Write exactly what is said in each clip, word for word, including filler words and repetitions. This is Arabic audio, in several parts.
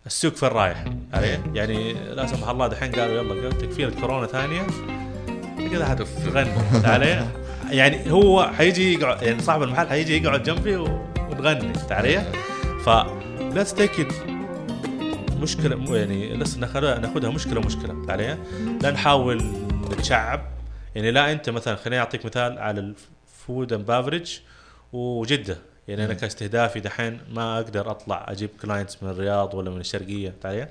السوق فين رايح عليه. يعني لا سمح الله دحين قالوا يلا تكفيلة كورونا ثانية كذا حتغني عليه. يعني هو حيجي يقعد، يعني صاحب المحل حيجي يقعد جنبي ونغني عليه. فلا تستيكد مشكلة، يعني لسه ناخذها ناخذها مشكلة مشكلة عليها، لا نحاول نتشعب. يعني لا أنت مثلا خليني أعطيك مثال على الفود اند بافريج وجدة. يعني أنا كاستهدافي دحين ما أقدر أطلع أجيب كلاينتس من الرياض ولا من الشرقية عليها.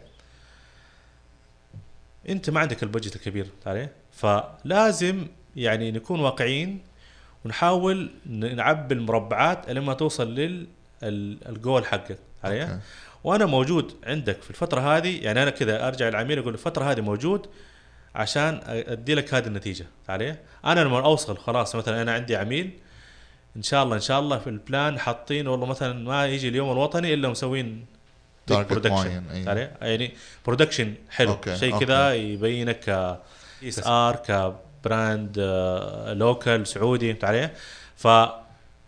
أنت ما عندك البجت الكبير عليه، فلازم يعني نكون واقعيين ونحاول نعبي المربعات لما توصل للجول حقك عليها. وانا موجود عندك في الفتره هذه. يعني انا كذا ارجع للعميل اقول الفتره هذه موجود عشان ادي لك هذه النتيجه عليه. انا لما اوصل خلاص مثلا انا عندي عميل ان شاء الله ان شاء الله في البلان حاطين والله مثلا ما يجي اليوم الوطني الا مسوين برودكشن عليه. يعني برودكشن حلو شيء كذا يبينك ك اس ار كبراند لوكال سعودي عليه. فالعميل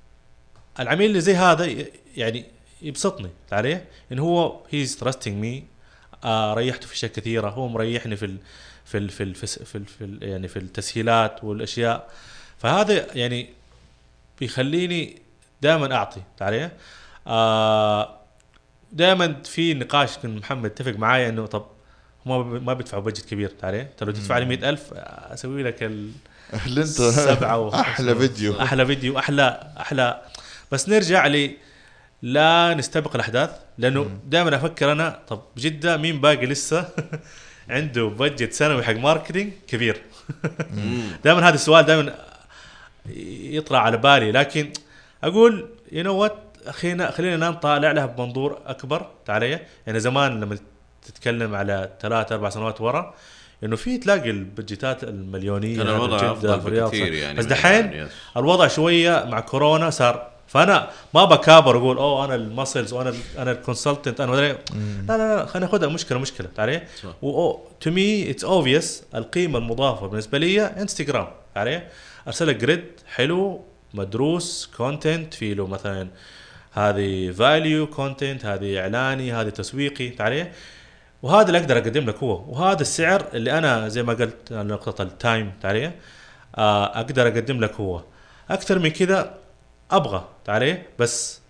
اللي زي هذا يعني يبسطني عليه ان هو هيز تراستنج مي. ريحته في اشياء كثيره، هو مريحني في ال في ال في ال في, ال في ال يعني في التسهيلات والاشياء. فهذا يعني بيخليني دائما اعطي عليه. آه دائما في نقاش كان محمد اتفق معايا انه طب هم ما بيدفعوا بجت كبير عليه. انت لو تدفع لي مئة ألف اسوي لك ال اللي انت سبعة احلى فيديو احلى فيديو احلى احلى. بس نرجع لي لا نستبق الأحداث، لأنه دائما أفكر أنا طب جدة مين باقي لسه عنده بجت سنوي حق ماركتينج كبير. دائما هذا السؤال دائما يطلع على بالي، لكن أقول you know what خلينا خلينا نطالع لها بمنظور أكبر تعالي. يعني زمان لما تتكلم على ثلاث أربع سنوات ورا إنه في تلاقي البجتات المليونية كان الوضع أفضل بكثير يعني. بس دحين الوضع شوية مع كورونا صار. فانا ما بكابر اقول اوه انا المسلز وانا انا الكونسلتنت انا لا لا لا خلينا ناخذها مشكله مشكله تعرف. و تو مي اتس اوبفيس القيمه المضافه بالنسبه لي انستغرام تعرف. ارسلك جريد حلو مدروس كونتنت في له مثلا هذه فاليو كونتنت، هذه اعلاني، هذه تسويقي تعرف. وهذا اللي اقدر اقدم لك هو، وهذا السعر اللي انا زي ما قلت نقطه التايم تعرف اقدر اقدم لك هو. اكثر من كذا ابغى تعالي بس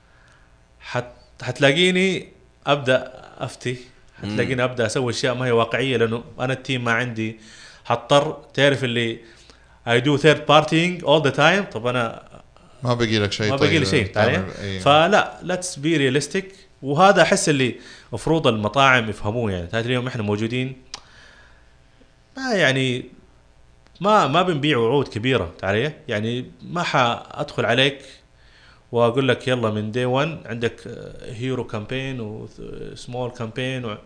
حت حتلاقيني ابدا افتي، حتلاقيني ابدا اسوي اشياء ما هي واقعيه لانه انا التيم ما عندي. حضطر تعرف اللي I do third partying all the time. طب انا ما بقي لك شيء، ما بقي لي شيء تعالي. فلا let's be realistic. وهذا احس اللي مفروض المطاعم يفهموه. يعني ثالث اليوم احنا موجودين ما يعني ما ما بنبيع وعود كبيره تعالي. يعني ما حادخل عليك واقول لك يلا من دي واحد عندك هيرو كامبين وسمول كامبين و...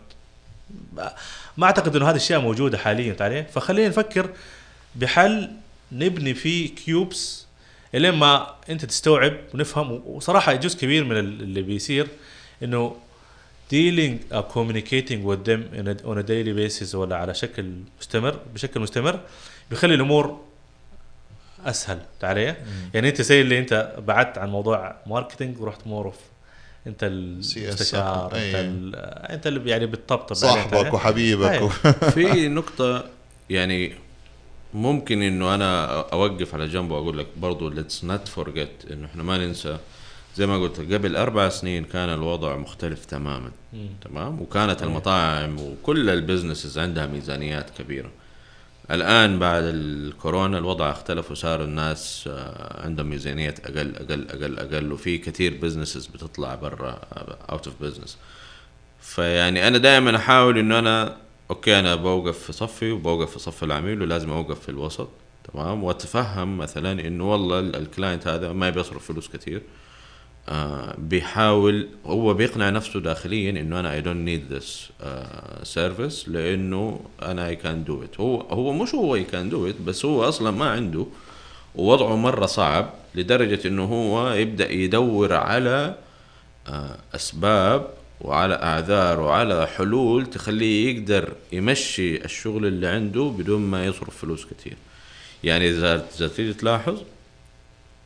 ما اعتقد انه هذه الاشياء موجوده حاليا تعالي. فخلينا نفكر بحل نبني فيه كيوبس الين ما انت تستوعب ونفهم. وصراحه جزء كبير من اللي بيصير انه dealing uh, communicating with them in a, on a daily basis ولا على شكل مستمر بشكل مستمر بيخلي الامور اسهل تعالي. يعني انت زي اللي انت بعدت عن موضوع ماركتينج ورحت مورف انت المستشار انت انت اللي يعني بتطبطب صاحبك وحبيبك و... في نقطه يعني ممكن انه انا اوقف على جنب واقول لك برضو let's not forget انه احنا ما ننسى زي ما قلت قبل أربع سنين كان الوضع مختلف تماما. مم. تمام. وكانت مم. المطاعم وكل البزنسز عندها ميزانيات كبيرة. الآن بعد الكورونا الوضع اختلف وصار الناس عندهم ميزانيات أقل أقل أقل أقل وفي كثير بزنسز بتطلع برا out of business. فيعني أنا دائما أحاول إنه أنا أوكي أنا بوقف في صفي وبوقف في صف العميل ولازم أوقف في الوسط. تمام. وأتفهم مثلا إنه والله الكلاينت هذا ما بيصرف فلوس كثير. آه بيحاول هو بيقنع نفسه داخليا انه انا I don't need this uh, service لانه انا I can do it. هو هو مش هو I can do it بس هو اصلا ما عنده ووضعه مرة صعب لدرجة انه هو يبدأ يدور على آه اسباب وعلى اعذار وعلى حلول تخليه يقدر يمشي الشغل اللي عنده بدون ما يصرف فلوس كتير. يعني اذا تيجي تلاحظ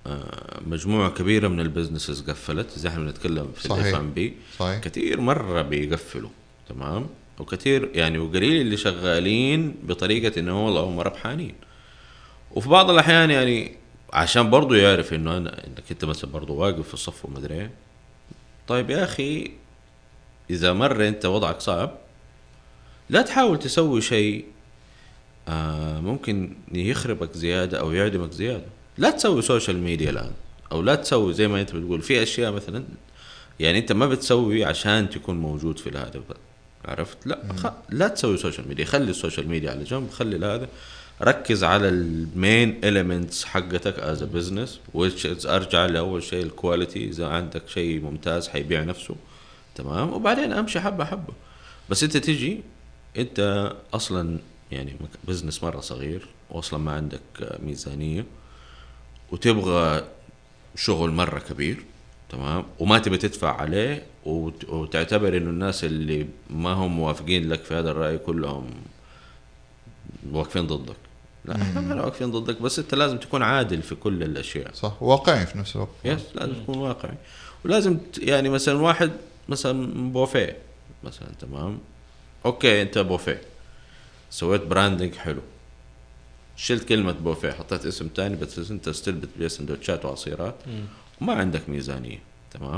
مجموعة كبيرة من البزنسز قفلت زي احنا بنتكلم في الاف ام بي كثير مرة بيقفلوا تمام وكثير يعني وقليل اللي شغالين بطريقة انه والله هم ربحانين وفي بعض الاحيان يعني عشان برضو يعرف انه انا انك انت مثلا برضو واقف في الصف وما ادري طيب يا اخي اذا مرة انت وضعك صعب لا تحاول تسوي شيء آه ممكن يخربك زيادة او يعدمك زيادة. لا تسوي سوشيال ميديا الآن أو لا تسوي زي ما أنت بتقول في أشياء مثلا يعني أنت ما بتسوي عشان تكون موجود في الهدف عرفت لا خ... لا تسوي سوشيال ميديا خلي السوشيال ميديا على جنب خلي هذا ركز على المين إليمنتس حقتك as a business which أرجع لأول شيء الكواليتي إذا عندك شيء ممتاز حيبيع نفسه تمام وبعدين أمشي حبة حبة بس أنت تيجي أنت أصلا يعني بزنس مرة صغير وأصلا ما عندك ميزانية وتبغى شغل مرة كبير تمام وما تبي تدفع عليه وتعتبر إنه الناس اللي ما هم موافقين لك في هذا الرأي كلهم واقفين ضدك. لا احنا ما واقفين ضدك بس انت لازم تكون عادل في كل الاشياء صح واقعي في نفس الوقت يس لازم تكون واقعي ولازم يعني مثلا واحد مثلا بوفيه مثلا تمام اوكي انت بوفيه سويت براندنج حلو شلت كلمة بوفيه حطيت اسم تاني بس انت ستيل بتبيع سندوتشات وعصيرات وما عندك ميزانية تمام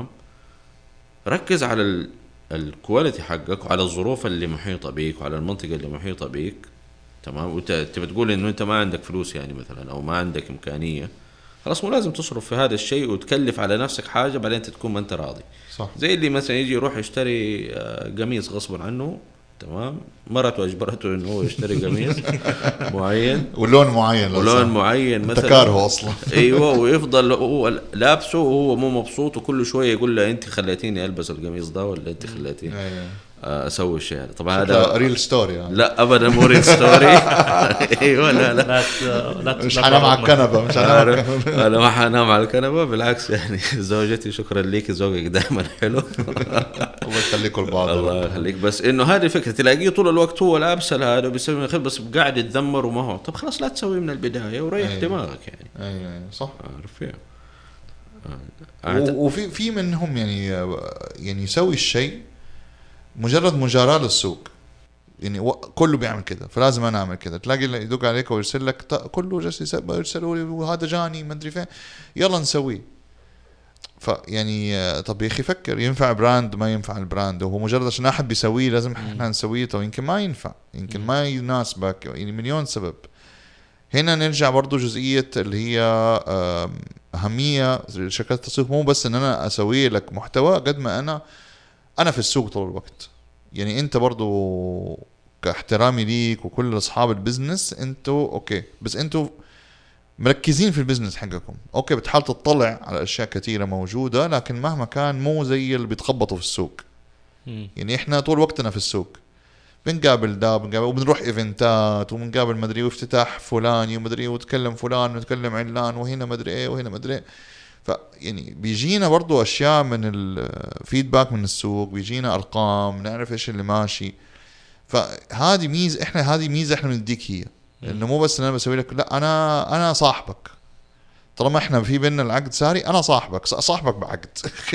ركز على ال... الكواليتي حقك وعلى الظروف اللي محيطة بيك وعلى المنطقة اللي محيطة بيك تمام وانت بتقول انه انت ما عندك فلوس يعني مثلا او ما عندك امكانية خلاص مو لازم تصرف في هذا الشيء وتكلف على نفسك حاجة بعدين انت تكون ما انت راضي صح. زي اللي مثلا يجي يروح يشتري قميص غصبا عنه تمام مرته اجبرته انه هو يشتري قميص معين ولون معين ولون معين مثلا تكارهه اصلا ايوه ويفضل هو لابسه وهو مو مبسوط وكل شويه يقول له انت خليتيني البس القميص ده ولا انت خليتيني اسوي الشيء هذا طبعا هذا ريل ستوري يعني. لا ابدا مو ريل ستوري ايوه لا لا لا مش حنام على الكنبه مش حنام انا ما حنام على الكنبه بالعكس يعني زوجتي شكرا لك ذوقك دائما حلو الله يخليكم لبعض الله يخليك بس انه هذه فكره تلاقيه طول الوقت هو لابس هذا وبيسوي خير بس قاعد يتذمر وما هو طب خلاص لا تسوي من البدايه وريح أيه. دماغك يعني ايوه أيه. صح عارف فيها آه. وفي في منهم يعني يعني يسوي الشيء مجرد مجاراة للسوق يعني كله بيعمل كده فلازم انا اعمل كده تلاقي اللي يدق عليك ويرسل لك كله جالس يرسلوا لي وهذا جاني ما ادري فين يلا نسويه فيعني طب يا اخي فكر ينفع براند ما ينفع البراند وهو مجرد عشان احد بيسويه لازم احنا نسويه طب يمكن ما ينفع يمكن ما يناسبك يعني مليون سبب. هنا نرجع برضو جزئية اللي هي أهمية شركات التسويق مو بس ان انا اسوي لك محتوى قد ما انا انا في السوق طول الوقت يعني انت برضو كاحترامي ليك وكل اصحاب البزنس انتوا اوكي بس انتوا مركزين في البزنس حقكم اوكي بتحاول تطلع على اشياء كثيره موجوده لكن مهما كان مو زي اللي بيتخبطوا في السوق م. يعني احنا طول وقتنا في السوق بنقابل ده بنقابل وبنروح ايفنتات وبنقابل مدري وافتتاح فلاني ومدري وتكلم فلان ونتكلم علان وهنا مدري ايه وهنا مدري ايه فيعني بيجينا برضو أشياء من الفيدباك من السوق بيجينا أرقام نعرف إيش اللي ماشي فهذه ميزة إحنا هذه ميزة إحنا بنديك هي إنه مو بس أنا بسوي لك لا أنا أنا صاحبك طالما إحنا في بيننا العقد ساري أنا صاحبك صاحبك بعقد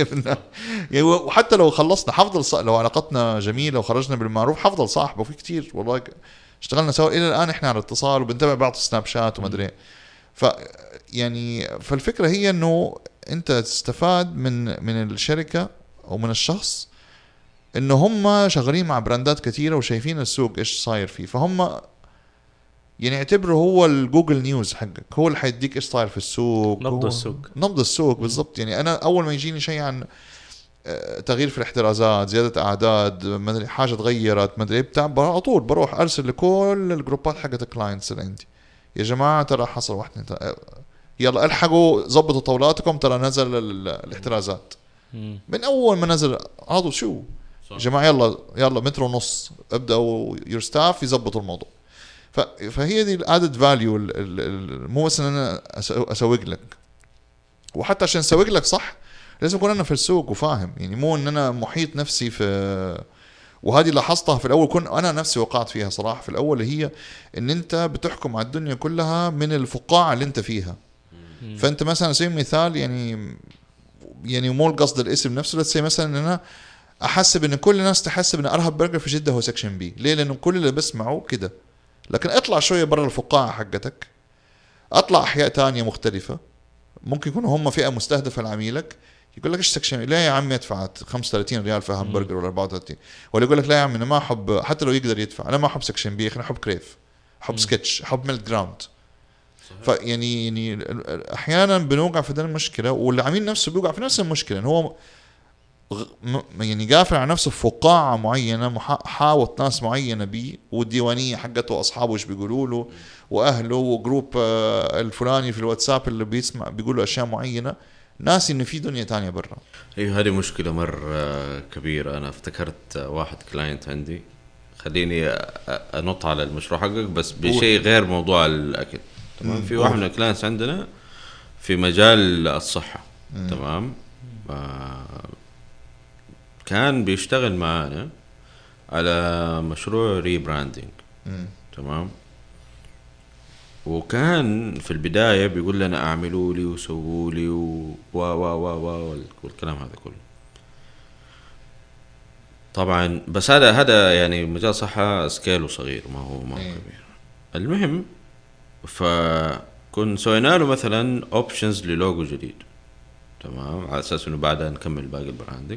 يعني وحتى لو خلصنا حفضل لو علاقتنا جميلة وخرجنا بالمعروف حفضل صاحبه وفي كتير والله اشتغلنا سوا إلى الآن إحنا على اتصال وبنتابع بعض سناب شات وما أدري ف يعني فالفكرة هي انه انت تستفاد من من الشركة او من الشخص انه هم شغالين مع براندات كثيرة وشايفين السوق ايش صاير فيه فهم يعني اعتبره هو الجوجل نيوز حقك هو اللي حيديك ايش صاير في السوق نبض السوق نبض السوق بالضبط يعني انا اول ما يجيني شيء عن تغيير في الاحترازات زيادة اعداد مدري حاجة تغيرت مدري بتاع على طول بروح ارسل لكل الجروبات حقت الكلاينتس اللي عندي يا جماعة ترى حصل واحد يلا الحقوا ظبطوا طاولاتكم ترى نزل الاحترازات من اول ما نزل عادوا شو يا جماعه يلا يلا متر ونص ابداوا يور ستاف يظبطوا الموضوع فهي دي الادد فاليو مو بس ان انا اسوق لك وحتى عشان اسوق لك صح لازم اكون انا في السوق وفاهم يعني مو ان انا محيط نفسي في وهذه لاحظتها في الأول كنت أنا نفسي وقعت فيها صراحة في الأول هي إن أنت بتحكم على الدنيا كلها من الفقاعة اللي أنت فيها فانت مثلا على سبيل المثال يعني يعني مو القصد الاسم نفسه، لا تسي مثلا ان انا احسب ان كل الناس تحسب ان ارهب برجر في جده هو سكشن بي. ليه؟ لانه كل اللي بسمعه كده. لكن اطلع شويه برا الفقاعه حقتك، اطلع احياء تانية مختلفه ممكن يكونوا هم فئه مستهدفه لعميلك، يقول لك ايش سكشن؟ لا يا عمي ادفع خمسة وثلاثين ريال في همبرجر ولا أربعة وثلاثين، ولا يقول لك لا يا عمي انا ما احب، حتى لو يقدر يدفع انا ما احب سكشن بي، انا احب كريف، احب سكتش، احب ميلت جراوند. فيعني يعني احيانا بنوقع في ده المشكله، والعميل نفسه بيوقع في نفس المشكله، ان هو يعني قافل على نفسه في فقاعه معينه، حاوط ناس معينه بيه، والديوانيه حقته واصحابه ايش بيقولوا له، واهله وجروب الفلاني في الواتساب اللي بيسمع بيقولوا اشياء معينه، ناس ان في دنيا تانية برا. ايوه هذه مشكله مره كبيره. انا افتكرت واحد كلاينت عندي، خليني انط على المشروع حقك بس بشيء غير موضوع الاكل. تمام. في واحد من الكلاينتس عندنا في مجال الصحه. مم. تمام. آه كان بيشتغل معانا على مشروع ريبراندينج. تمام. وكان في البداية بيقول لنا اعملوا لي وسووا لي و و و و والكلام هذا كله. طبعا بس هذا هذا يعني مجال صحة سكيله صغير، ما هو ما هو كبير. المهم فكن سوينا له مثلا اوبشنز للوجو جديد. تمام. على اساس انه بعدها نكمل باقي البراندنج.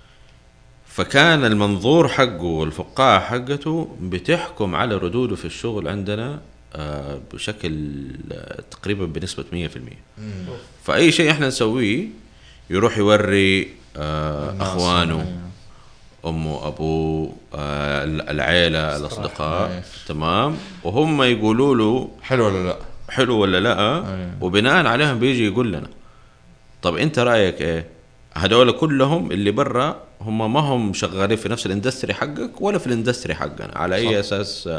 فكان المنظور حقه والفقاعة حقته بتحكم على ردوده في الشغل عندنا بشكل تقريبا بنسبة مية في المية. فأي شيء احنا نسويه يروح يوري أخوانه، أمه، أبوه، العيلة، الأصدقاء. تمام. وهم يقولوا له حلو ولا لا، حلو ولا لا، وبناء عليهم بيجي يقول لنا طب انت رأيك ايه. هدول كلهم اللي برا هم ما هم شغالين في نفس الاندستري حقك ولا في الاندستري حقنا. على اي صح. اساس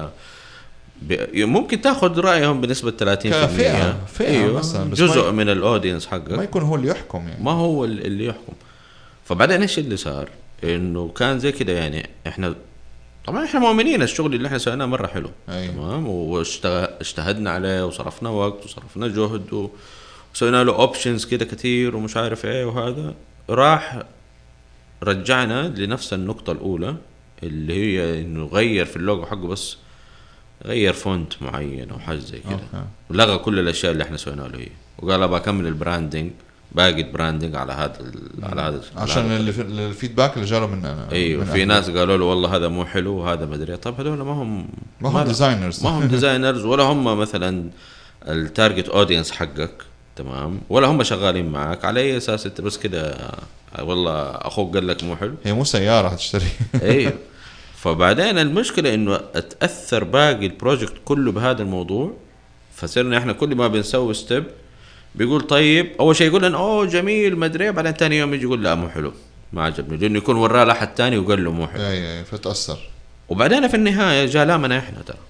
ممكن تاخذ رايهم بنسبه ثلاثين بالمية. فئة أيوة. جزء من الاودينس حقك ما يكون هو اللي يحكم يعني. ما هو اللي يحكم. فبعدين ايش اللي صار؟ انه كان زي كده يعني احنا طبعا احنا مؤمنين الشغل اللي احنا سويناه مره حلو. أيوة. تمام. واجتهدنا عليه وصرفنا وقت وصرفنا جهد وسوينا له اوبشنز كده كتير ومش عارف ايه، وهذا راح رجعنا لنفس النقطة الأولى اللي هي إنه غير في اللوجو حقه، بس غير فونت معين أو حاجة زي كده، ولغى كل الأشياء اللي إحنا سوينا له هي، وقال أبغى أكمل البراندنج، باقي البراندنج علج على هذا على هذا عشان الفيدباك اللي جاله مننا. أيوه. في ناس قالوا له والله هذا مو حلو وهذا ما أدري. طب هذول ما هم ما هم ديزاينرز ما هم ديزاينرز ولا هم مثلا التارجت أودينس حقك. تمام. ولا هم شغالين معك. على أي أساس أنت بس كده والله أخوك قال لك مو حلو؟ هي مو سيارة هتشتري. أيوه. فبعدين المشكلة إنه أتأثر باقي البروجكت كله بهذا الموضوع. فصرنا إحنا كل ما بنسوي ستيب بيقول طيب أول شيء يقول لنا أوه جميل ما أدري، بعدين تاني يوم يجي يقول لا مو حلو ما عجبني، لأنه يكون وراه لحد تاني وقال له مو حلو. أي أي فتأثر. وبعدين في النهاية جاء لامنا إحنا ترى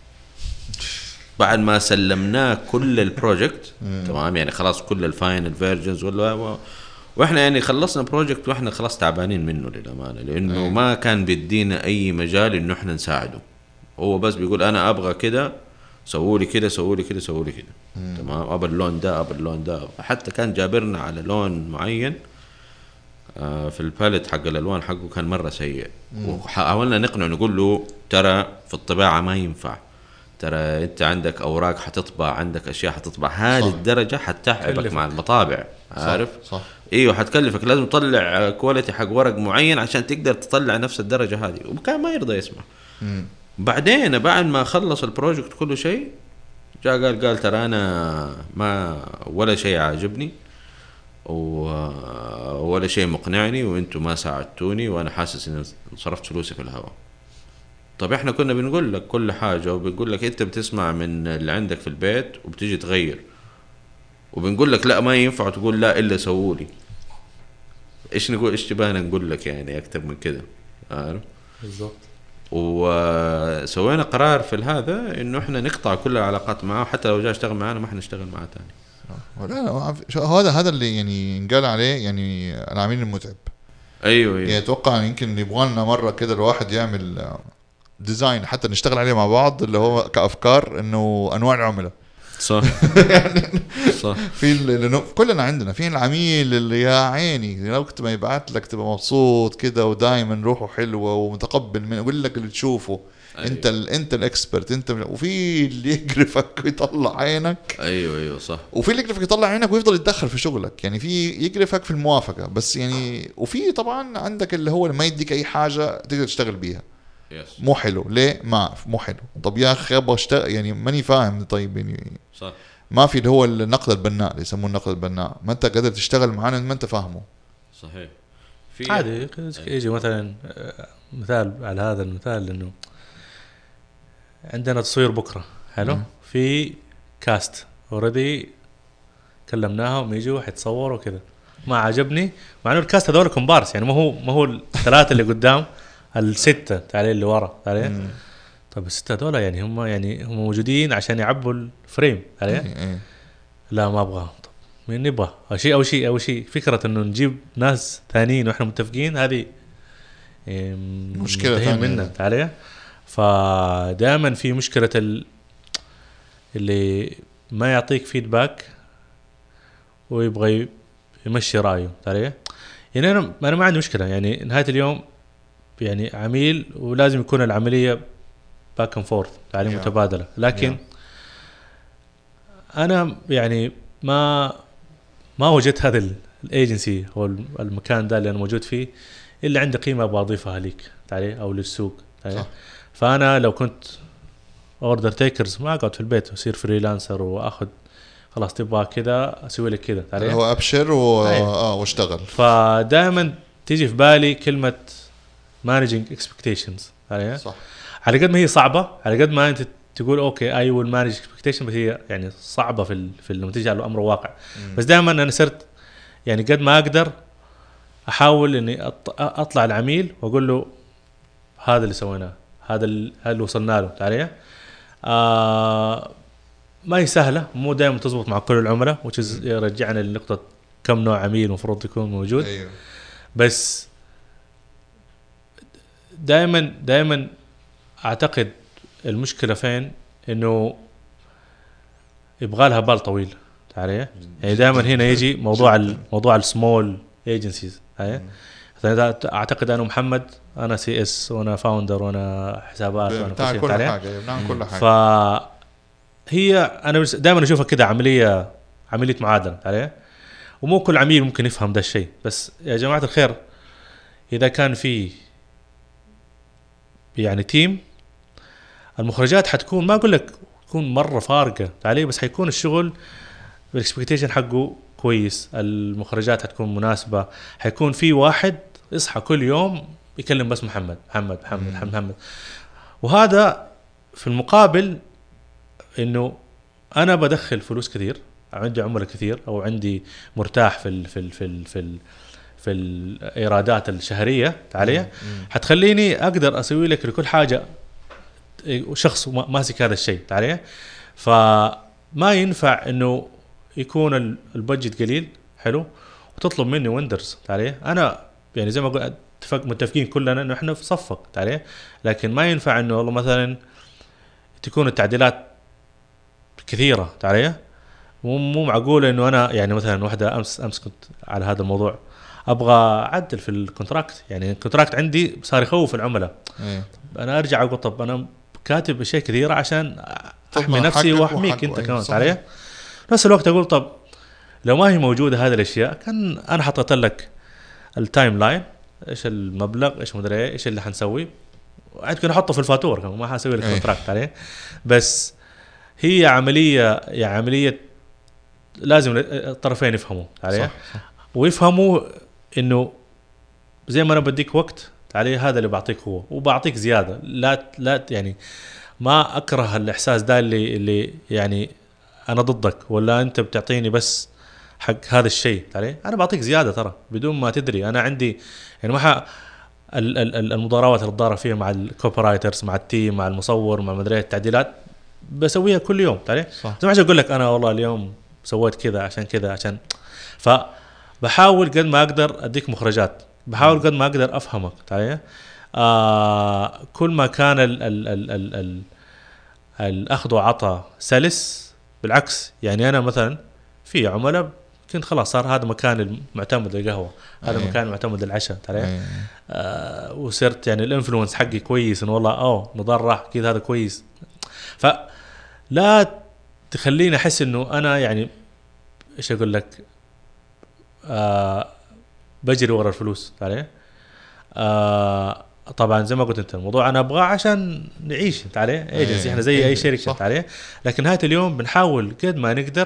بعد ما سلمناه كل البروجكت. تمام. يعني خلاص كل الفاينل فيرجنز ولا واحنا يعني خلصنا بروجكت واحنا خلاص تعبانين منه للامانه، لانه أيه. ما كان بيدينا اي مجال انه احنا نساعده. هو بس بيقول انا ابغى كده سووا لي كده سووا لي كده سووا لي كده. تمام. ابى اللون ده ابى اللون ده. حتى كان جابرنا على لون معين آه في الباليت حق الالوان حقه كان مره سيء، وحاولنا نقنعه نقول له ترى في الطباعه ما ينفع، ترى انت عندك اوراق حتطبع، عندك اشياء حتطبع، هذه الدرجه حتتعبك مع المطابع. عارف صح, صح. ايوه حتكلفك، لازم تطلع كواليتي حق ورق معين عشان تقدر تطلع نفس الدرجه هذه، وكان ما يرضى يسمع. مم. بعدين بعد ما خلص البروجكت كله شيء جاء قال قال ترى انا ما ولا شيء عاجبني ولا شيء مقنعني وانتم ما ساعدتوني وانا حاسس ان صرفت فلوسي في الهواء. طب احنا كنا بنقول لك كل حاجة وبنقول لك انت بتسمع من اللي عندك في البيت وبتيجي تغير، وبنقول لك لا ما ينفع تقول لا الا سوولي. ايش نقول؟ ايش تبانا نقول لك يعني اكتر من كده؟ عارف بالضبط. وسوينا قرار في هذا انه احنا نقطع كل العلاقات معه، حتى لو جاء اشتغل معنا ما حنشتغل معه تاني. لا هذا هذا اللي يعني قال عليه يعني العميل المتعب. ايوه ايوه. يعني اتوقع يمكن يبغى لنا مره كده الواحد يعمل ديزاين حتى نشتغل عليه مع بعض، اللي هو كأفكار انه انواع العملاء صح صح. في لانه كلنا عندنا في العميل اللي يا عيني لو كنت ما يبعت لك تبقى مبسوط كده ودائما روحه حلوه ومتقبل من يقول لك اللي تشوفه. أيوة. انت ال انت الاكسبرت انت، وفي اللي يقرفك ويطلع عينك. ايوه ايوه صح. وفي اللي يقرفك يطلع عينك ويفضل يتدخل في شغلك، يعني في يقرفك في الموافقه بس يعني. وفي طبعا عندك اللي هو ما يديك اي حاجه تقدر تشتغل بيها. يس. مو حلو ليه؟ ما مو حلو. طب يا اخي ابغى اشتغل يعني ماني فاهم. طيب يعني صح. ما في اللي هو النقد البناء اللي يسموه النقد البناء، ما انت قادر تشتغل معانا ما انت فاهمه. صحيح. في عادي يجي مثلا مثال على هذا المثال انه عندنا تصوير بكره حلو م. في كاست اوريدي كلمناهم يجوا حيتصوروا كذا، ما عجبني مع انه الكاست هذول كومبارس يعني ما هو ما هو الثلاثه اللي قدام السته تعالي اللي ورا تعالي. طب السته هذول يعني هم يعني هم موجودين عشان يعبوا الفريم تعالي. لا ما ابغاهم. طب مين نبغى؟ او شيء او شيء او شيء فكره انه نجيب ناس ثانيين واحنا متفقين هذه مشكله ثانيه منها تعالي. فدائما في مشكله ال... اللي ما يعطيك فيدباك ويبغى يمشي رايه تعالي. يعني انا انا ما عندي مشكله يعني نهايه اليوم يعني عميل ولازم يكون العمليه باك اند فورث تعالي yeah. متبادله. لكن yeah. انا يعني ما ما وجدت هذا الايجنسي او المكان ده اللي انا موجود فيه اللي عنده قيمه ابغى اضيفها ليك تعالي او للسوق تعالي. فانا لو كنت اوردر تيكرز ما اقعد في البيت واصير فريلانسر واخذ خلاص تبغى كذا اسوي لك كذا تعالي هو ابشر و... اه واشتغل. فدائما تيجي في بالي كلمه مانجينج اكسبكتيشنز عليها صح. على قد ما هي صعبه على قد ما انت تقول اوكي اي ويل مانج اكسبكتيشن بس هي يعني صعبه في ال... في لما تيجي على الامر الواقع. مم. بس دائما انا صرت يعني قد ما اقدر احاول اني أط... اطلع العميل واقول له هذا اللي سويناه هذا اللي وصلنا له تعالي. آه ما هي سهله مو دائما تزبط مع كل العملاء وتش يرجعنا لنقطه كم نوع عميل المفروض يكون موجود. أيوه. بس دائما دائما اعتقد المشكله فين انه يبغى لها بال طويل تعالي. يعني دائما هنا يجي موضوع الموضوع السمول ايجنسيز هاي. اعتقد انا محمد انا سي اس وانا فاوندر وانا حسابات وانا بتاع كل حاجه بنعمل كل حاجه. فهي انا دائما اشوفها كده عمليه عمليه معادله عليه. ومو كل عميل ممكن يفهم ده الشيء. بس يا جماعه الخير اذا كان في يعني تيم المخرجات حتكون ما اقول لك تكون مره فارقه عليه بس حيكون الشغل بالاكسبكتيشن حقه كويس. المخرجات حتكون مناسبه. حيكون في واحد يصحى كل يوم يكلم بس محمد محمد محمد محمد, محمد. وهذا في المقابل انه انا بدخل فلوس كثير عندي عملاء كثير او عندي مرتاح في ال في ال في ال في ال في الايرادات الشهريه عليها حتخليني اقدر اسوي لك لكل حاجه شخص ماسك هذا الشيء عليها. فما ينفع انه يكون البادجت قليل حلو وتطلب مني ويندرز عليه. انا يعني زي ما قلت اتفق متفقين كلنا انه احنا في صفك عليه. لكن ما ينفع انه والله مثلا تكون التعديلات كثيره عليه. مو مو معقول انه انا يعني مثلا واحده امس امس كنت على هذا الموضوع ابغى اعدل في الكونتراكت. يعني الكونتراكت عندي صار يخوف العملاء. إيه. انا ارجع اقول طب انا كاتب اشياء كثيره عشان احمي نفسي واحميك انت كمان عليه. نفس الوقت اقول طب لو ما هي موجوده هذه الاشياء كان انا حطيت لك التايم لاين ايش المبلغ ايش مدري ايش اللي حنسوي عندك احطه في الفاتوره كمان ما حاسوي لك كونتراكت عليه. بس هي عمليه يعني عمليه لازم الطرفين يفهموا عليه. صح صح. ويفهموا انه زي ما انا بديك وقت عليه هذا اللي بعطيك هو وبعطيك زياده. لا لا يعني ما اكره الاحساس ده اللي اللي يعني انا ضدك ولا انت بتعطيني بس حق هذا الشيء عليه. انا بعطيك زياده ترى بدون ما تدري. انا عندي يعني ما المضاربات اللي اتضارب فيها مع الكوبرايترز مع التيم مع المصور مع مدري التعديلات بسويها كل يوم عليه. زي ما اقول لك انا والله اليوم سويت كذا عشان كذا عشان فبحاول قد ما اقدر اديك مخرجات. بحاول قد ما اقدر افهمك عليه. آه كل ما كان ال ال ال ال ال الاخذ وعطاء سلس بالعكس يعني انا مثلا في عملاء كنت خلاص صار هذا مكان المعتمد للقهوه، هذا أيه. مكان معتمد للعشاء تعرف. أيه. آه وصرت يعني الانفلونس حقي كويس انه والله اوه نضال راح كذا هذا كويس. فلا تخليني احس انه انا يعني ايش اقول لك آه بجري ورا الفلوس عليه. آه طبعا زي ما قلت انت الموضوع انا ابغاه عشان نعيش انت عليه ايجنسي، احنا زي اي شركه انت عليه، لكن نهايه اليوم بنحاول قد ما نقدر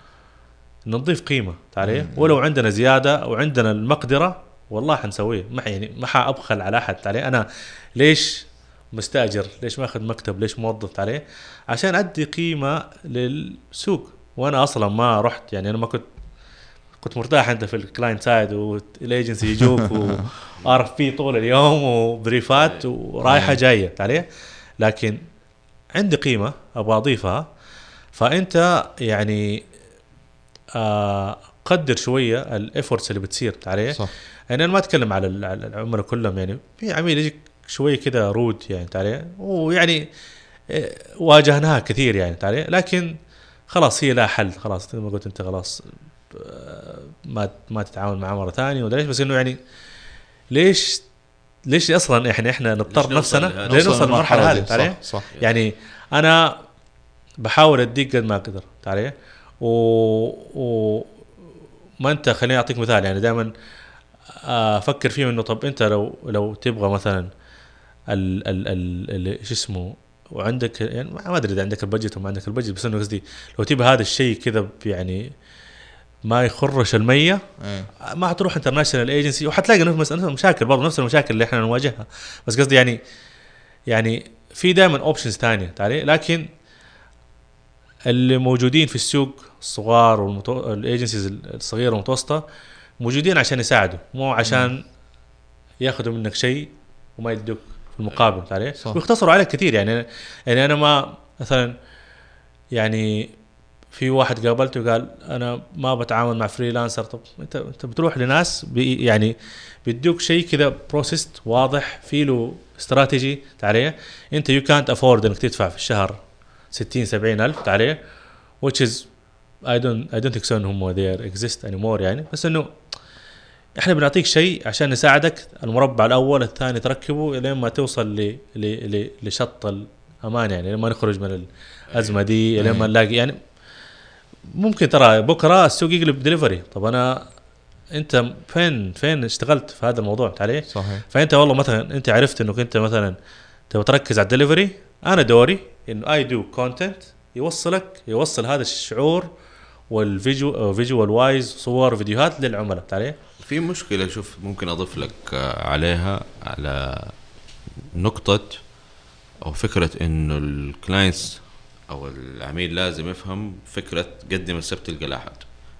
نضيف قيمه عليه، ولو عندنا زياده وعندنا المقدره والله حنسويه، ما يعني ما حابخل على احد عليه. انا ليش مستاجر؟ ليش ما اخذ مكتب؟ ليش موظف عليه؟ عشان ادي قيمه للسوق. وانا اصلا ما رحت يعني انا ما كنت كنت مرتاح انت في الكلاينت سايد والايجنسي يجوك وارف فيه طول اليوم وبريفات ورايحه جايه عليه، لكن عندي قيمه ابغى اضيفها. فانت يعني آه قدر شويه الافورتس اللي بتصير عليه. صح. يعني انا ما اتكلم على العملاء كلهم، يعني في عميل يجيك شويه كده رود يعني عليه، ويعني واجهناها كثير يعني عليه، لكن خلاص هي لا حل، خلاص زي ما قلت انت خلاص ما ما تتعامل معه مره ثانيه ولا ليش، بس انه يعني ليش ليش اصلا احنا احنا نضطر نفسنا لنوصل للمرحله هذه عليه. صح, صح. يعني انا بحاول اديك قد ما اقدر عليه، و, و ما انت خليني اعطيك مثال يعني دائما افكر فيه انه طب انت لو لو تبغى مثلا ال ال ال شو اسمه وعندك يعني ما ادري اذا عندك البجت وما عندك البجت، بس انه قصدي لو تبغى هذا الشيء كذا يعني ما يخرش المية أيه. ما حتروح انترناشونال ايجنسي وحتلاقي نفس المشاكل برضه، نفس المشاكل اللي احنا نواجهها، بس قصدي يعني يعني في دائما اوبشنز ثانيه تعالي. لكن اللي موجودين في السوق الصغار والايجنسيز الصغيره والمتوسطه موجودين عشان يساعدوا، مو عشان ياخذوا منك شيء وما يدوك في المقابل تعالي، ويختصروا عليك كثير. يعني يعني انا ما مثلا يعني في واحد قابلته وقال انا ما بتعامل مع فريلانسر. طب انت انت بتروح لناس بي يعني بيدوك شيء كذا بروسيس واضح فيه له استراتيجي تعالي. انت يو كانت افورد انك تدفع في الشهر ستين سبعين الف تعالي، which is I don't I don't think so انهم they exist anymore يعني، بس انه احنا بنعطيك شيء عشان نساعدك المربع الاول الثاني تركبه لين ما توصل ل ل لشط الامان، يعني لما نخرج من الازمه دي لما نلاقي يعني ممكن ترى بكره السوق يقلب دليفري. طب انا انت فين فين اشتغلت في هذا الموضوع عليه؟ صحيح. فانت والله مثلا انت عرفت انك انت مثلا تبغى تركز على الدليفري، انا دوري انه اي دو كونتنت يوصلك يوصل هذا الشعور والفيديو فيجوال وايز صور فيديوهات للعملاء عليه. في مشكله شوف ممكن اضيف لك عليها على نقطه او فكره انه الكلاينتس او العميل لازم يفهم فكره قدم السبت تلقى الاحد.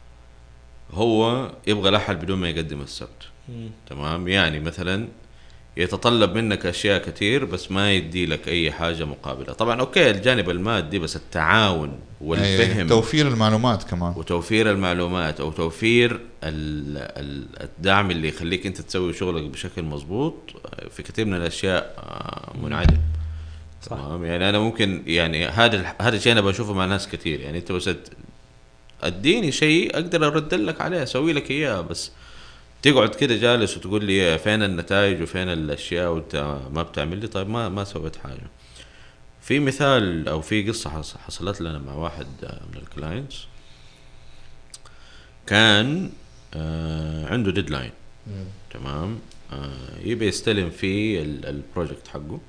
هو يبغى الاحد بدون ما يقدم السبت. تمام. يعني مثلا يتطلب منك اشياء كتير بس ما يدي لك اي حاجه مقابله. طبعا اوكي الجانب المادي، بس التعاون والفهم، توفير المعلومات كمان، وتوفير المعلومات او توفير الدعم اللي يخليك انت تسوي شغلك بشكل مظبوط في كثير من الاشياء منعدم. تمام. يعني انا ممكن يعني هذا هذا الشيء انا بشوفه مع ناس كتير. يعني انت بس اديني شيء اقدر ارد لك عليه اسوي لك اياه، بس تقعد كده جالس وتقول لي فين النتائج وفين الاشياء وانت ما بتعمل لي. طيب ما ما سويت حاجه. في مثال او في قصه حصلت لنا مع واحد من الكلاينتس، كان آه عنده ديدلاين. تمام. آه يبي يستلم في البروجكت حقه،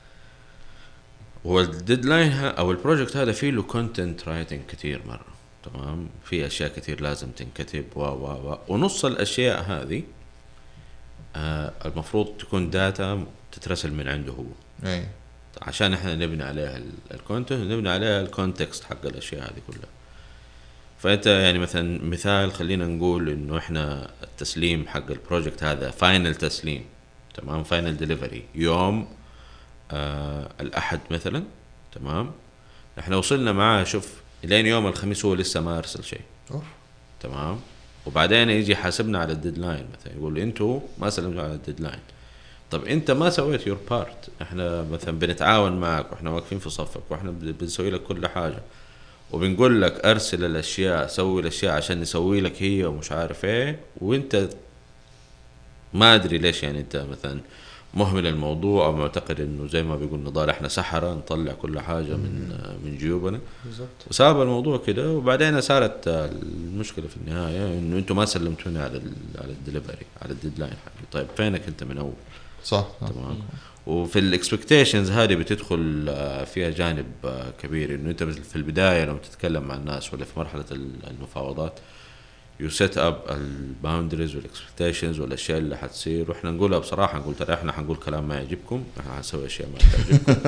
والديدلاين او البروجكت هذا فيه له كونتنت رايتنج كتير مره. تمام. في اشياء كتير لازم تنكتب و و و ونص الاشياء هذه آه المفروض تكون داتا تترسل من عنده هو. أي. عشان احنا نبني عليها الكونتنت ونبني عليها الكونتكست حق الاشياء هذه كلها. فانت يعني مثلا مثال خلينا نقول انه احنا التسليم حق البروجكت هذا فاينل تسليم. تمام. فاينل ديليفري يوم آه الأحد مثلا. تمام. احنا وصلنا معاه شوف لين يوم الخميس هو لسه ما أرسل شيء. تمام. وبعدين يجي يحاسبنا على الديدلاين، مثلا يقول انتوا ما سلمتوا على الديدلاين. طب انت ما سويت يور بارت. احنا مثلا بنتعاون معك واحنا واقفين في صفك واحنا بنسوي لك كل حاجة، وبنقول لك ارسل الاشياء، سوي الاشياء عشان نسوي لك هي ومش عارف ايه، وانت ما ادري ليش يعني انت مثلا مهمل الموضوع او معتقد انه زي ما بيقول نضال احنا سحرة نطلع كل حاجة من من جيوبنا بالضبط. وساب الموضوع كده. وبعدين صارت المشكلة في النهاية انه انتم ما سلمتوني على على الدليفري على الديدلاين حقي. طيب فينك انت من اول؟ صح. تمام. وفي الاكسبكتيشنز هذه بتدخل فيها جانب كبير، انه انت في البداية لما تتكلم مع الناس ولا في مرحلة المفاوضات يو سيت اب الباوندريز والاكسبكتيشنز والاشياء اللي حتصير، واحنا نقولها بصراحه، نقول ترى احنا حنقول كلام ما يعجبكم، احنا حنسوي اشياء ما تعجبكم.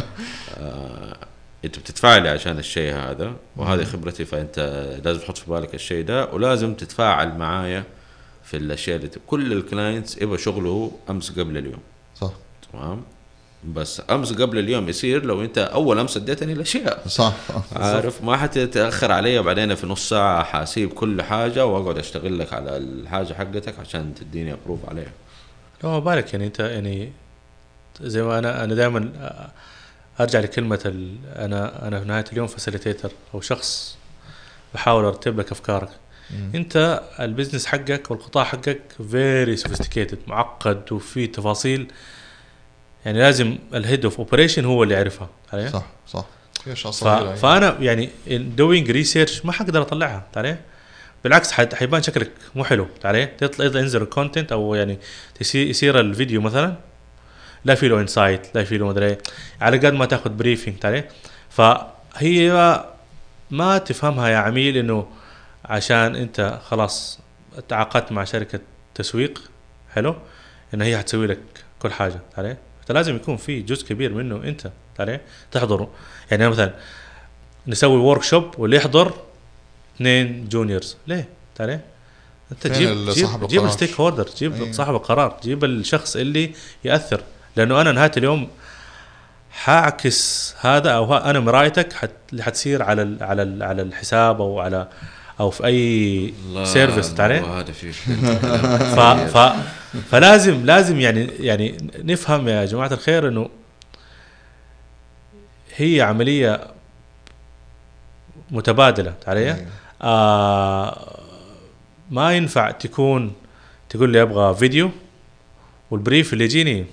آه، انت بتتفاعلي عشان الشيء هذا، وهذه خبرتي، فانت لازم تحط في بالك الشيء ده، ولازم تتفاعل معايا في الاشياء اللي كل الكلاينتس يبغى شغله امس قبل اليوم. صح. تمام. بس امس قبل اليوم يصير لو انت اول امس اديتني الاشياء. صح. عارف ما حتتاخر علي، وبعدين في نص ساعه حاسيب كل حاجه واقعد اشتغل لك على الحاجه حقتك عشان تديني ابروف عليها. لا بالك يعني انت يعني زي ما انا انا دائما ارجع لكلمه ال... انا انا في نهايه اليوم فاسيليتيتر او شخص بحاول ارتب لك افكارك. مم. انت البزنس حقك والقطاع حقك فيري سوفيستيكيتد، معقد وفي تفاصيل، يعني لازم الهيد اوف اوبريشن هو اللي يعرفها عليه. صح صح. ف... فانا يعني دوينج ريسيرش ما حقدر اطلعها عليه، بالعكس حيبان شكلك مو حلو عليه. تطلع اذا ينزل الكونتنت او يعني يصير الفيديو مثلا لا في له انسايت، لا في له مدري على قد ما تاخذ بريفنج عليه. فهي ما تفهمها يا عميل انه عشان انت خلاص تعاقدت مع شركه تسويق حلو ان هي حتسوي لك كل حاجه عليه. لازم يكون في جزء كبير منه انت عليه تحضره. يعني مثلا نسوي ورك شوب واللي يحضر اثنين جونيورز ليه عليه؟ انت جيب جيب, جيب الستيك هولدر، جيب أيه. صاحب القرار، جيب الشخص اللي يأثر، لانه انا نهايه اليوم حاعكس هذا او انا مرايتك حت اللي حتصير على ال على ال على الحساب او على او في اي سيرفيس عليه. هذا في ف ف فلازم لازم يعني يعني نفهم يا جماعه الخير انه هي عمليه متبادله عليها. آه ما ينفع تكون تقول لي ابغى فيديو والبريف اللي يجيني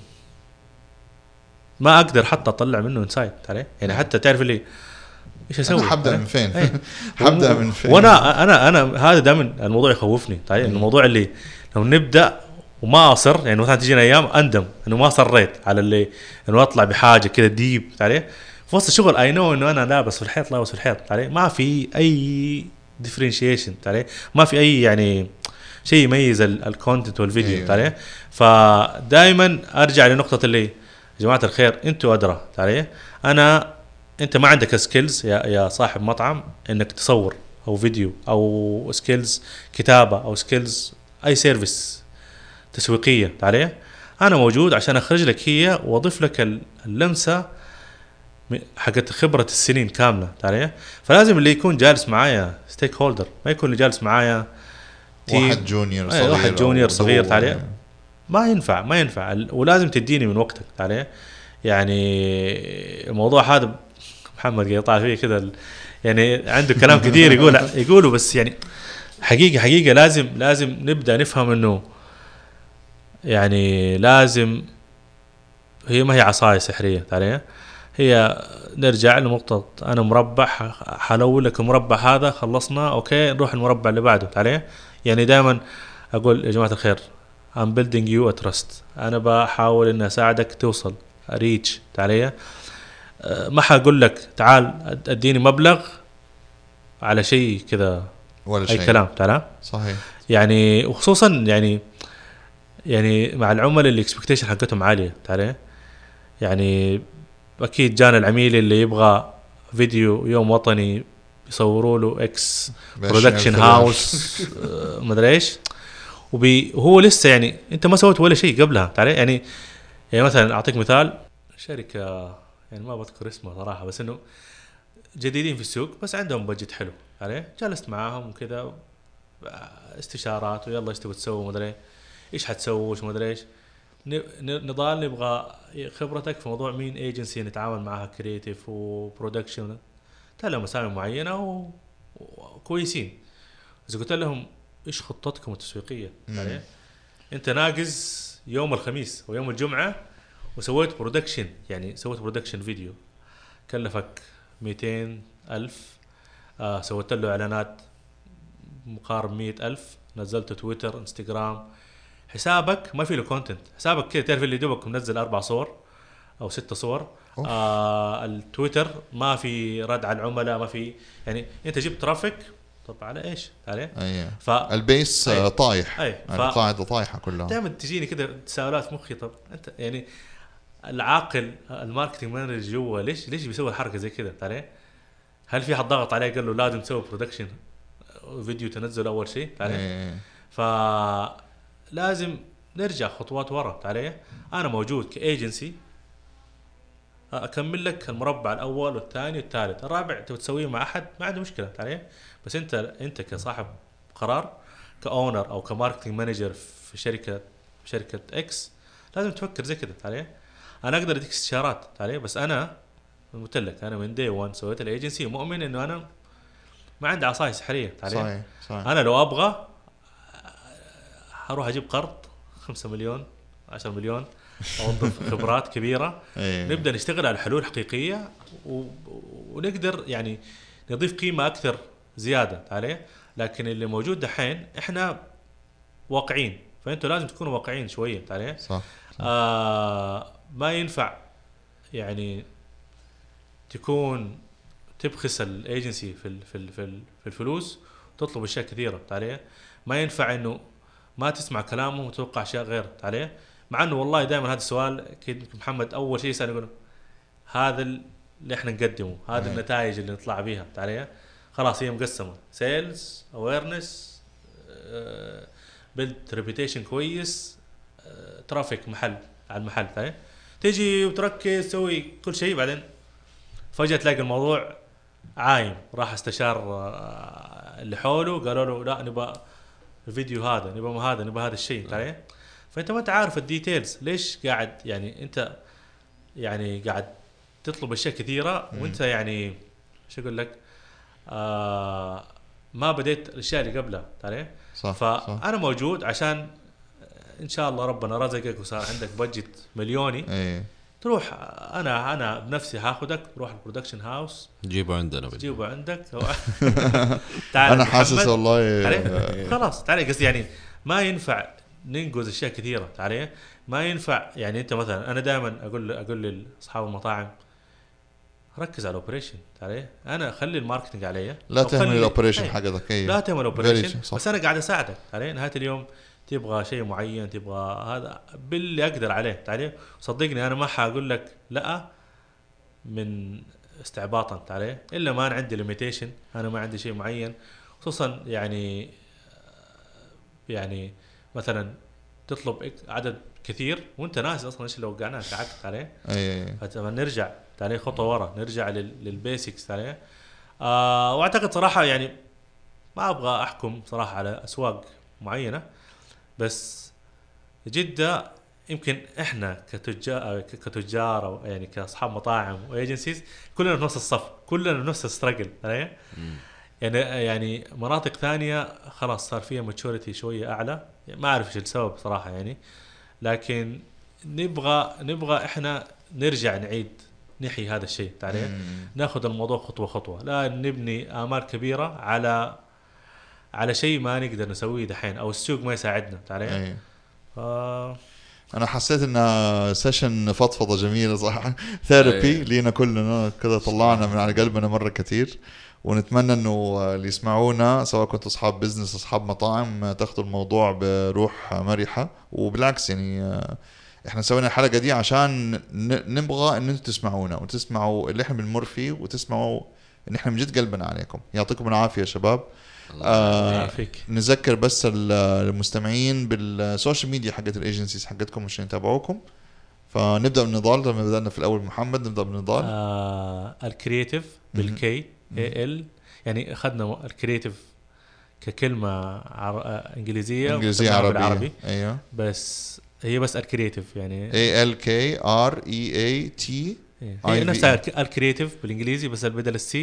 ما اقدر حتى اطلع منه انسايت عليه. يعني حتى تعرف اللي ايش اسوي، حبدا من فين حبدا من فين. وانا انا انا هذا دائما الموضوع يخوفني. طيب الموضوع اللي لو نبدا وما اصر، يعني مثلا تجينا ايام اندم انه ما صريت على اللي انه اطلع بحاجه كذا ديب عليه في وسط الشغل. اي نو انه انا لابس في الحيط لابس في الحيط عليه، ما في اي ديفرنشيشن عليه، ما في اي يعني شيء يميز الكونتنت والفيديو عليه. فدائما ارجع لنقطه اللي يا جماعه الخير انتوا ادرى عليه. انا انت ما عندك سكيلز يا يا صاحب مطعم انك تصور او فيديو او سكيلز كتابه او سكيلز اي سيرفيس تسويقيه عليه. انا موجود عشان اخرج لك هي واضيف لك اللمسه حقت خبره السنين كامله عليه. فلازم اللي يكون جالس معايا ستيك هولدر، ما يكون اللي جالس معايا واحد جونيور صغير، واحد جونيور صغير عليه. ما ينفع ما ينفع ولازم تديني من وقتك عليه. يعني الموضوع هذا محمد يطلع فيه كذا، يعني عنده كلام كثير يقول يقولوا، بس يعني حقيقة حقيقة لازم لازم نبدأ نفهم إنه يعني لازم هي ما هي عصاية سحرية عليها. هي نرجع لنقطة أنا مربع حلول لك المربع هذا خلصنا أوكي نروح المربع اللي بعده عليه. يعني دائما أقول يا جماعة الخير I'm building you a trust. أنا بحاول إن أساعدك توصل ريتش عليها. ما حقول لك تعال اديني مبلغ على شيء كذا ولا اي شيء. كلام تعال صحيح. يعني وخصوصا يعني يعني مع العملاء اللي اكسبكتيشن حقتهم عاليه تعال. يعني اكيد جانا العميل اللي يبغى فيديو يوم وطني يصوروا له اكس برودكشن هاوس ما ادري ايش، وهو لسه يعني انت ما سويت ولا شيء قبلها تعال. يعني يعني مثلا اعطيك مثال شركه يعني ما بذكر اسمه صراحة، بس انه جديدين في السوق بس عندهم بجت حلو عليه. جلست معاهم وكذا استشارات ويلا ايش تبغى تسوي مدري ايش حتسوي وش مدري ايش. نضال نبغى خبرتك في موضوع مين ايجنسي نتعامل معها كرياتيف وبرودكشن. لهم اسامي معينه و... وكويسين. اذا قلت لهم ايش خطتكم التسويقيه يعني انت ناقص يوم الخميس ويوم الجمعه وسويت برودكشن، يعني سويت برودكشن فيديو كلفك مئتين ألف، آه سويت له اعلانات مقارب مئة ألف، نزلت تويتر انستغرام، حسابك ما في له كونتنت، حسابك كده تعرف اللي دوبك منزل اربع صور او ست صور. آه التويتر ما في رد على العملاء، ما في، يعني انت جبت ترافيك طب على ايش عليه؟ ايوه ف... البيس أيه. طايح أيه. ف... القاعده طايحه كلها. دائما تجيني كده تساؤلات مخي، طب انت يعني العاقل الماركتينج مانجر جوا ليش ليش بيسوي الحركه زي كده عليه؟ هل في حد ضغط عليه قال له لازم تسوي برودكشن فيديو تنزل اول شيء عليه؟ أيه. فلازم نرجع خطوات ورا عليه. انا موجود كايجنسي اكمل لك المربع الاول والثاني والثالث، الرابع تبي تسويه مع احد ما عنده مشكله عليه، بس انت انت كصاحب قرار كاونر او كماركتنج مانجر في شركه شركه اكس لازم تفكر زي كده عليه. انا اقدر اديك استشارات عليه، بس انا قلت لك انا من دي واحد سويت الايجنسي مؤمن انه انا ما عندي عصايه سحريه عليه. صحيح صحيح. انا لو ابغى هروح اجيب قرض خمسة مليون عشرة مليون، اوظف خبرات كبيره، أيه. نبدا نشتغل على حلول حقيقيه و... ونقدر يعني نضيف قيمه اكثر زياده عليه. لكن اللي موجود دحين احنا واقعين، فانتوا لازم تكونوا واقعين شويه عليه. صح, صح. آه ما ينفع يعني تكون تبخس الايجنسي في ال... في ال... في, ال... في الفلوس وتطلب اشياء كثيره عليه. ما ينفع انه ما تسمع كلامه وتوقع اشياء غير عليه. مع انه والله دائما هذا السؤال اكيد محمد اول شيء يسال يقول هذا اللي احنا نقدمه، هذه أيه. النتائج اللي نطلع بيها عليه. خلاص هي مقسمه سيلز اويرنس بيلد ريبيتيشن كويس ترافيك محل على المحل عليه. تيجي وتركز تسوي كل شيء، بعدين فجاه تلاقي الموضوع عايم. راح استشار اللي حوله قالوا له لا نبغى الفيديو هذا، نبغى هذا، نبغى هذا الشيء عليه. فانت ما انت عارف الديتيلز ليش قاعد يعني انت يعني قاعد تطلب اشياء كثيره وانت يعني شو اقول لك آه ما بديت الاشياء اللي قبلها عليه. صح. فانا صح. موجود عشان ان شاء الله ربنا رزقك وصار عندك بادجت مليوني. ايه. تروح انا انا بنفسي هاخدك تروح البرودكشن هاوس جيبه عندنا جيبه عندك انا حاسس والله خلاص تعالى قصدي يعني ما ينفع ننجز اشياء كثيره عليه. ما ينفع يعني انت مثلا انا دائما اقول اقول لاصحاب المطاعم ركز على الاوبريشن عليه. انا خلي الماركتنج علي، لا تهمل الاوبريشن حقك. لا تهمل الاوبريشن، بس انا قاعد اساعدك عليه. نهايه اليوم تبغى شيء معين، تبغى هذا باللي اقدر عليه عليه. صدقني انا ما حاقول لك لا من استعباطا عليه الا ما انا عندي ليميتيشن، انا ما عندي شيء معين. خصوصا يعني يعني مثلا تطلب عدد كثير وانت ناسي اصلا ايش اللي وقعناه تعبت عليه. اي فنرجع عليه خطوه ورا، نرجع للبيسكس عليه. آه واعتقد صراحه يعني ما ابغى احكم صراحه على اسواق معينه، بس جدة يمكن احنا كتجار كتجار او يعني كاصحاب مطاعم وايجنسيز كلنا في نفس الصف، كلنا في نفس الستراجل عليه. يعني يعني مناطق ثانيه خلاص صار فيها ماتشوريتي شويه اعلى، يعني ما اعرف ايش السبب صراحه يعني. لكن نبغى نبغى احنا نرجع نعيد نحيي هذا الشيء عليه. ناخذ الموضوع خطوه خطوه، لا نبني امال كبيره على على شيء ما نقدر نسويه دحين او السوق ما يساعدنا عليه. آه انا حسيت ان سيشن فضفضه جميله صراحه، ثيرابي لينا كلنا كذا، طلعنا من على قلبنا مره كثير. ونتمنى انه اللي يسمعونا سواء كنتوا اصحاب بزنس اصحاب مطاعم تاخذوا الموضوع بروح مرحه. وبالعكس يعني احنا سوينا الحلقه دي عشان نبغى ان انتم تسمعونا وتسمعوا اللي احنا بنمر فيه وتسمعوا ان احنا من جد قلبنا عليكم. يعطيكم العافيه يا شباب. آه نذكر بس المستمعين بالسوشيال ميديا حقت الايجنسيز حقتكم عشان يتابعوكم. فنبدا بالنضال لما بدأنا في الاول. محمد نبدا بالنضال. آه الكرياتيف بالكي اي ال، يعني اخذنا الكرياتيف ككلمه عر... انجليزيه انجليزيه عربي. ايوه بس هي بس الكرياتيف يعني اي ال كي ار اي اي تي هي نفسها الكرياتيف بالانجليزي بس بدل السي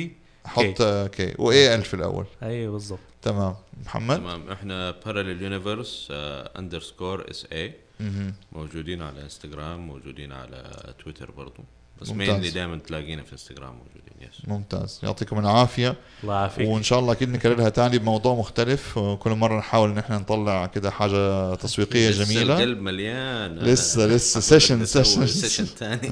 حط كي واي ال في الاول. ايوه بالضبط. تمام محمد. تمام احنا باراليل يونيفرس اندرسكور اس اي موجودين على انستغرام، موجودين على تويتر برضو، بس مين دائما تلاقينا في انستغرام موجودين. يس ممتاز، يعطيكم العافيه. الله يعافيك. وان شاء الله اكيد نكررها تاني بموضوع مختلف، وكل مره نحاول ان احنا نطلع كده حاجه تسويقيه جميله. القلب مليان لسه لسه سيشن سيشن سيشن ثاني.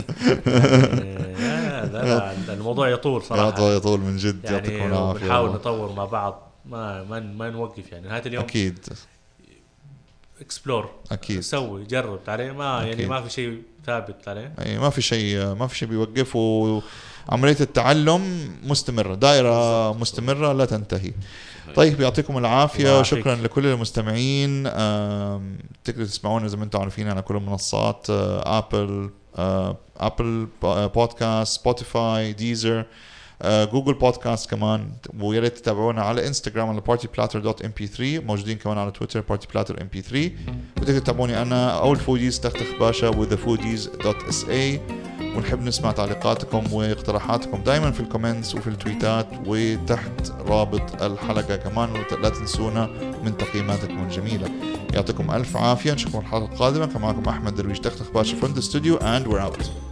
لا لا الموضوع يطول صراحه، الموضوع يطول من جد. يعني يعطيكم العافيه. بنحاول نطور مع بعض، ما ما ما نوقف يعني. نهايه اليوم اكيد اكسبلور، اكيد سوي جرب عليه، ما أكيد. يعني ما في شيء ثابت عليه، اي ما في شيء ما في شيء بيوقف، وعمليه التعلم مستمره، دائره مستمره لا تنتهي. طيب يعطيكم العافيه، وشكرا لكل المستمعين. تقدروا تسمعونا زي ما انتم عارفين على كل المنصات، ابل ابل بودكاست، سبوتيفاي، ديزر، جوجل بودكاست كمان. ويا ريت تتابعونا على انستغرام على بارتي بلاتر دوت ام بي ثري، موجودين كمان على تويتر بارتي بلاتر ام بي ثري. وتقدروا تتابعوني انا او الفوديز تختخ باشا وذا فوديز دوت اس اي. ونحب نسمع تعليقاتكم واقتراحاتكم دائما في الكومنتس وفي التويتات وتحت رابط الحلقة كمان. لا تنسونا من تقييماتكم الجميلة. يعطيكم ألف عافية، نشوفكم الحلقة القادمة. كان معكم أحمد درويش تختخ باشا from the studio and we're out.